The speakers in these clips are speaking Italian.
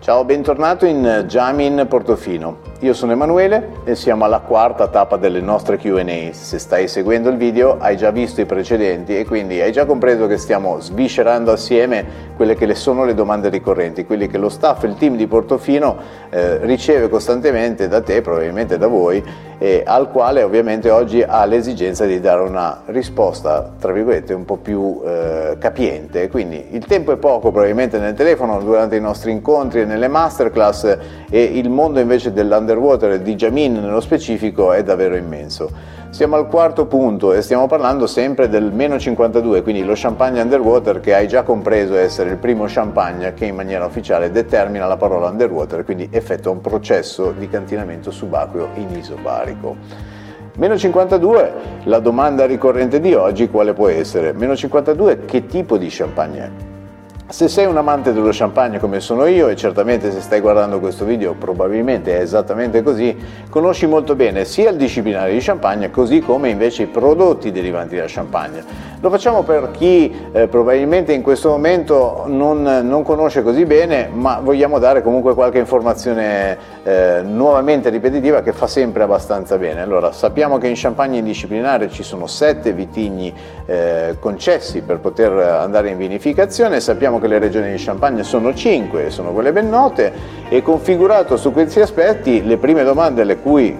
Ciao, bentornato in Jamin Portofino. Io sono Emanuele e siamo alla quarta tappa delle nostre Q&A. Se stai seguendo il video hai già visto i precedenti e quindi hai già compreso che stiamo sviscerando assieme quelle che sono le domande ricorrenti, quelli che lo staff e il team di Portofino riceve costantemente da te, probabilmente da voi, e al quale ovviamente oggi ha l'esigenza di dare una risposta, tra virgolette, un po' più capiente. Quindi il tempo è poco probabilmente nel telefono durante i nostri incontri e nelle masterclass, e il mondo invece dell'underwater e di Jamin nello specifico è davvero immenso. Siamo al quarto punto e stiamo parlando sempre del meno 52, quindi lo champagne underwater, che hai già compreso essere il primo champagne che in maniera ufficiale determina la parola underwater, quindi effettua un processo di cantinamento subacqueo in isobarico. Meno 52, la domanda ricorrente di oggi quale può essere? Meno 52, che tipo di champagne è? Se sei un amante dello champagne come sono io, e certamente se stai guardando questo video probabilmente è esattamente così, conosci molto bene sia il disciplinare di champagne così come invece i prodotti derivanti da champagne. Lo facciamo per chi probabilmente in questo momento non conosce così bene, ma vogliamo dare comunque qualche informazione nuovamente ripetitiva che fa sempre abbastanza bene. Allora, sappiamo che in champagne disciplinare ci sono 7 vitigni concessi per poter andare in vinificazione. Sappiamo che le regioni di Champagne sono 5, sono quelle ben note, e configurato su questi aspetti le prime domande alle quali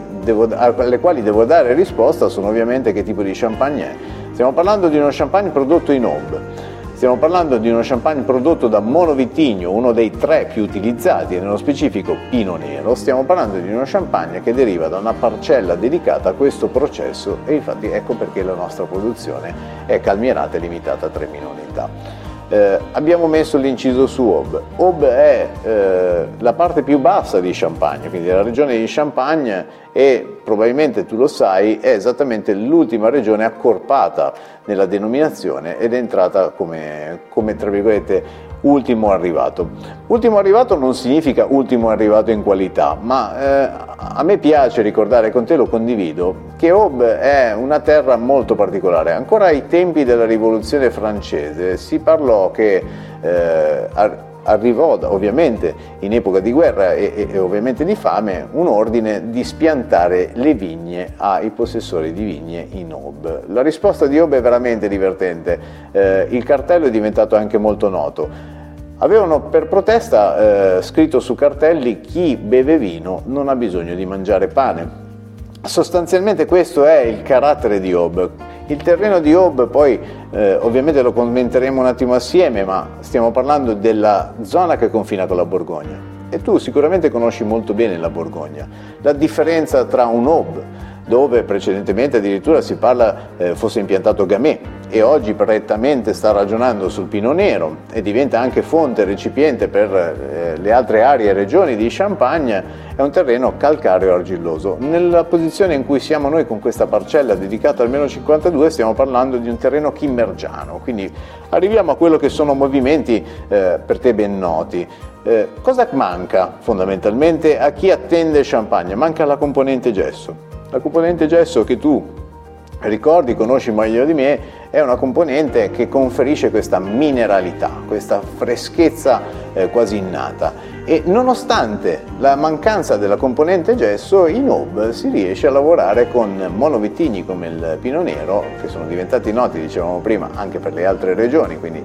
devo dare risposta sono ovviamente che tipo di champagne è. Stiamo parlando di uno champagne prodotto in Aube, stiamo parlando di uno champagne prodotto da monovitigno, uno dei 3 più utilizzati, e nello specifico Pinot Nero. Stiamo parlando di uno champagne che deriva da una parcella dedicata a questo processo, e infatti ecco perché la nostra produzione è calmierata e limitata a 3.000 unità. Abbiamo messo l'inciso su Aube. Aube è la parte più bassa di Champagne, quindi la regione di Champagne, e probabilmente tu lo sai, è esattamente l'ultima regione accorpata nella denominazione ed è entrata come tra virgolette ultimo arrivato. Ultimo arrivato non significa ultimo arrivato in qualità, ma a me piace ricordare, con te lo condivido, che Aube è una terra molto particolare. Ancora ai tempi della rivoluzione francese si parlò che arrivò ovviamente in epoca di guerra e ovviamente di fame un ordine di spiantare le vigne ai possessori di vigne in Aube. La risposta di Aube è veramente divertente, il cartello è diventato anche molto noto. Avevano per protesta scritto su cartelli: chi beve vino non ha bisogno di mangiare pane. Sostanzialmente questo è il carattere di Aube. Il terreno di Aube poi ovviamente lo commenteremo un attimo assieme, ma stiamo parlando della zona che confina con la Borgogna, e tu sicuramente conosci molto bene la Borgogna. La differenza tra un Aube, dove precedentemente addirittura si parla fosse impiantato Gamay, e oggi prettamente sta ragionando sul Pinot Nero e diventa anche fonte e recipiente per le altre aree e regioni di Champagne, è un terreno calcareo e argilloso. Nella posizione in cui siamo noi con questa parcella dedicata al meno 52 stiamo parlando di un terreno kimmergiano, quindi arriviamo a quello che sono movimenti per te ben noti. Cosa manca fondamentalmente a chi attende Champagne? Manca la componente gesso. La componente gesso, che tu ricordi, conosci meglio di me, è una componente che conferisce questa mineralità, questa freschezza quasi innata, e nonostante la mancanza della componente gesso in Aube si riesce a lavorare con monovitigni come il Pinot Nero, che sono diventati noti, dicevamo prima, anche per le altre regioni, quindi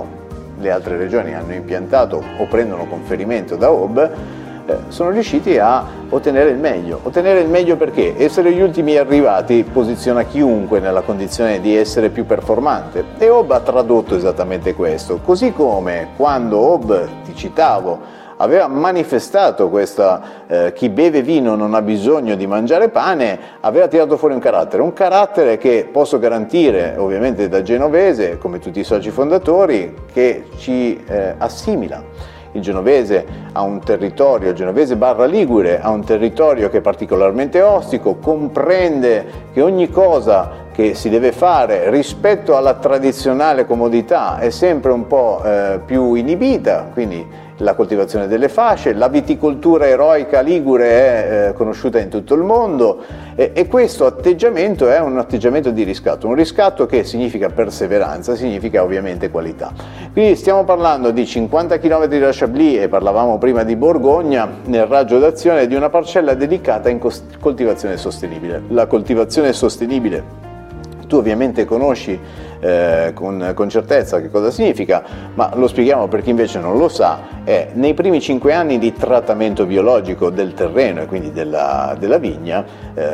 le altre regioni hanno impiantato o prendono conferimento da Aube. Sono riusciti a ottenere il meglio. Ottenere il meglio perché essere gli ultimi arrivati posiziona chiunque nella condizione di essere più performante, e Aube ha tradotto esattamente questo, così come quando Aube, ti citavo, aveva manifestato questa chi beve vino non ha bisogno di mangiare pane, aveva tirato fuori un carattere che posso garantire ovviamente da genovese, come tutti i soci fondatori, che ci assimila. Il genovese ha un territorio, il genovese barra ligure ha un territorio che è particolarmente ostico, comprende che ogni cosa che si deve fare rispetto alla tradizionale comodità è sempre un po' più inibita, quindi la coltivazione delle fasce, la viticoltura eroica ligure è conosciuta in tutto il mondo e questo atteggiamento è un atteggiamento di riscatto, un riscatto che significa perseveranza, significa ovviamente qualità. Quindi stiamo parlando di 50 km da Chablis e parlavamo prima di Borgogna nel raggio d'azione di una parcella dedicata in coltivazione sostenibile. La coltivazione sostenibile, tu ovviamente conosci con certezza che cosa significa, ma lo spieghiamo per chi invece non lo sa, è nei primi 5 anni di trattamento biologico del terreno e quindi della vigna,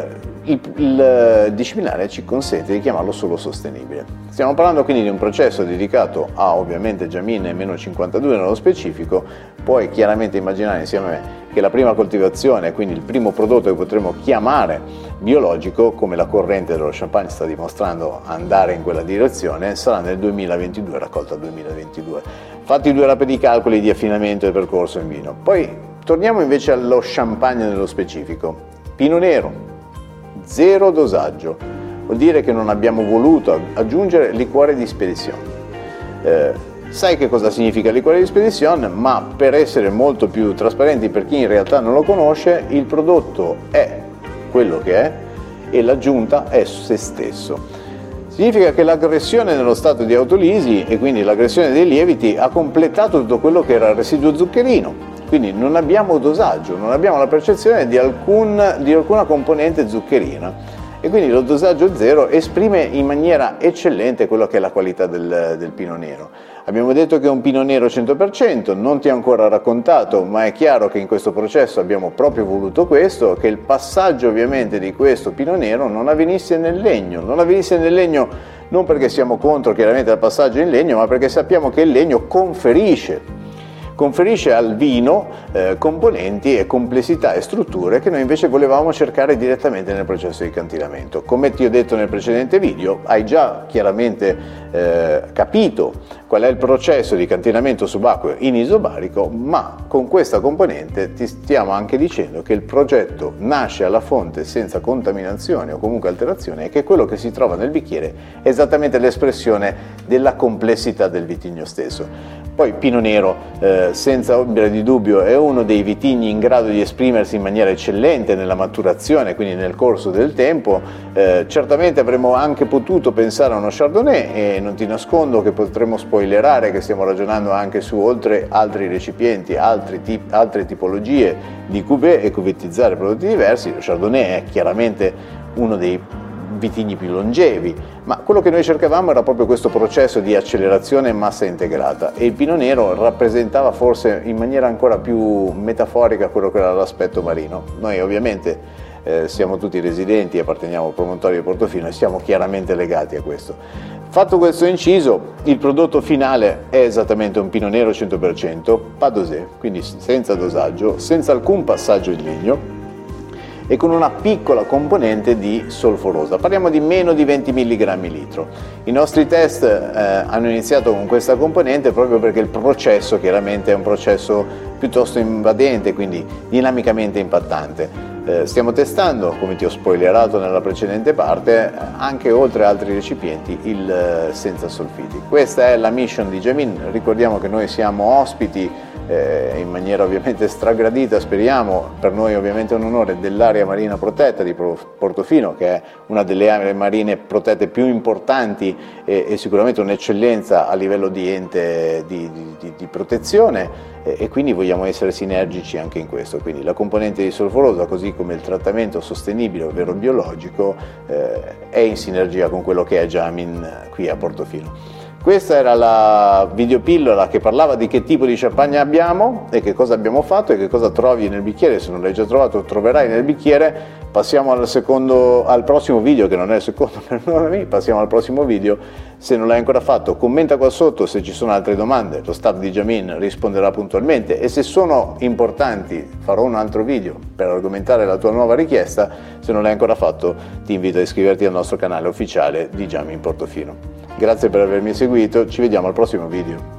il disciplinare ci consente di chiamarlo solo sostenibile. Stiamo parlando quindi di un processo dedicato a ovviamente Jamin e meno 52 nello specifico. Puoi chiaramente immaginare insieme a me che la prima coltivazione, quindi il primo prodotto che potremo chiamare biologico, come la corrente dello Champagne sta dimostrando andare in quella direzione, sarà nel 2022, raccolta 2022. Fatti 2 rapidi calcoli di affinamento del percorso in vino. Poi torniamo invece allo Champagne nello specifico. Pino Nero, 0 dosaggio, vuol dire che non abbiamo voluto aggiungere liquore di spedizione. Sai che cosa significa liquore di spedizione, ma per essere molto più trasparenti per chi in realtà non lo conosce, il prodotto è quello che è e l'aggiunta è se stesso. Significa che l'aggressione nello stato di autolisi e quindi l'aggressione dei lieviti ha completato tutto quello che era il residuo zuccherino, quindi non abbiamo dosaggio, non abbiamo la percezione di alcuna componente zuccherina. E quindi lo dosaggio 0 esprime in maniera eccellente quello che è la qualità del Pino Nero. Abbiamo detto che è un Pino Nero 100%, non ti ho ancora raccontato, ma è chiaro che in questo processo abbiamo proprio voluto questo, che il passaggio ovviamente di questo Pino Nero non avvenisse nel legno, non perché siamo contro chiaramente il passaggio in legno, ma perché sappiamo che il legno conferisce al vino componenti e complessità e strutture che noi invece volevamo cercare direttamente nel processo di cantinamento. Come ti ho detto nel precedente video, hai già chiaramente capito qual è il processo di cantinamento subacqueo in isobarico, ma con questa componente ti stiamo anche dicendo che il progetto nasce alla fonte senza contaminazione o comunque alterazione e che quello che si trova nel bicchiere è esattamente l'espressione della complessità del vitigno stesso. Poi Pino Nero, senza ombra di dubbio, è uno dei vitigni in grado di esprimersi in maniera eccellente nella maturazione, quindi nel corso del tempo. Certamente avremmo anche potuto pensare a uno Chardonnay e non ti nascondo che potremmo spoilerare che stiamo ragionando anche su oltre altri recipienti, altre tipologie di cuvée e cuvettizzare prodotti diversi. Lo Chardonnay è chiaramente uno dei vitigni più longevi, ma quello che noi cercavamo era proprio questo processo di accelerazione e massa integrata e il Pino Nero rappresentava forse in maniera ancora più metaforica quello che era l'aspetto marino. Noi ovviamente siamo tutti residenti, apparteniamo al promontorio di Portofino e siamo chiaramente legati a questo. Fatto questo inciso, il prodotto finale è esattamente un Pino Nero 100%, pas dosé, quindi senza dosaggio, senza alcun passaggio in legno, e con una piccola componente di solforosa, parliamo di meno di 20 mg litro. I nostri test hanno iniziato con questa componente proprio perché il processo chiaramente è un processo piuttosto invadente, quindi dinamicamente impattante. Stiamo testando, come ti ho spoilerato nella precedente parte, anche oltre altri recipienti il senza solfiti. Questa è la mission di Jamin, ricordiamo che noi siamo ospiti in maniera ovviamente stragradita, speriamo, per noi ovviamente è un onore, dell'area marina protetta di Portofino, che è una delle aree marine protette più importanti e sicuramente un'eccellenza a livello di ente di protezione, e quindi vogliamo essere sinergici anche in questo. Quindi la componente di solforosa, così come il trattamento sostenibile, ovvero biologico, è in sinergia con quello che è Jamin qui a Portofino. Questa era la videopillola che parlava di che tipo di champagne abbiamo e che cosa abbiamo fatto e che cosa trovi nel bicchiere. Se non l'hai già trovato, troverai nel bicchiere. Passiamo al prossimo video, che non è il secondo, perdonami, passiamo al prossimo video. Se non l'hai ancora fatto, commenta qua sotto se ci sono altre domande, lo staff di Jamin risponderà puntualmente e se sono importanti farò un altro video per argomentare la tua nuova richiesta. Se non l'hai ancora fatto, ti invito a iscriverti al nostro canale ufficiale di Jamin Portofino. Grazie per avermi seguito, ci vediamo al prossimo video.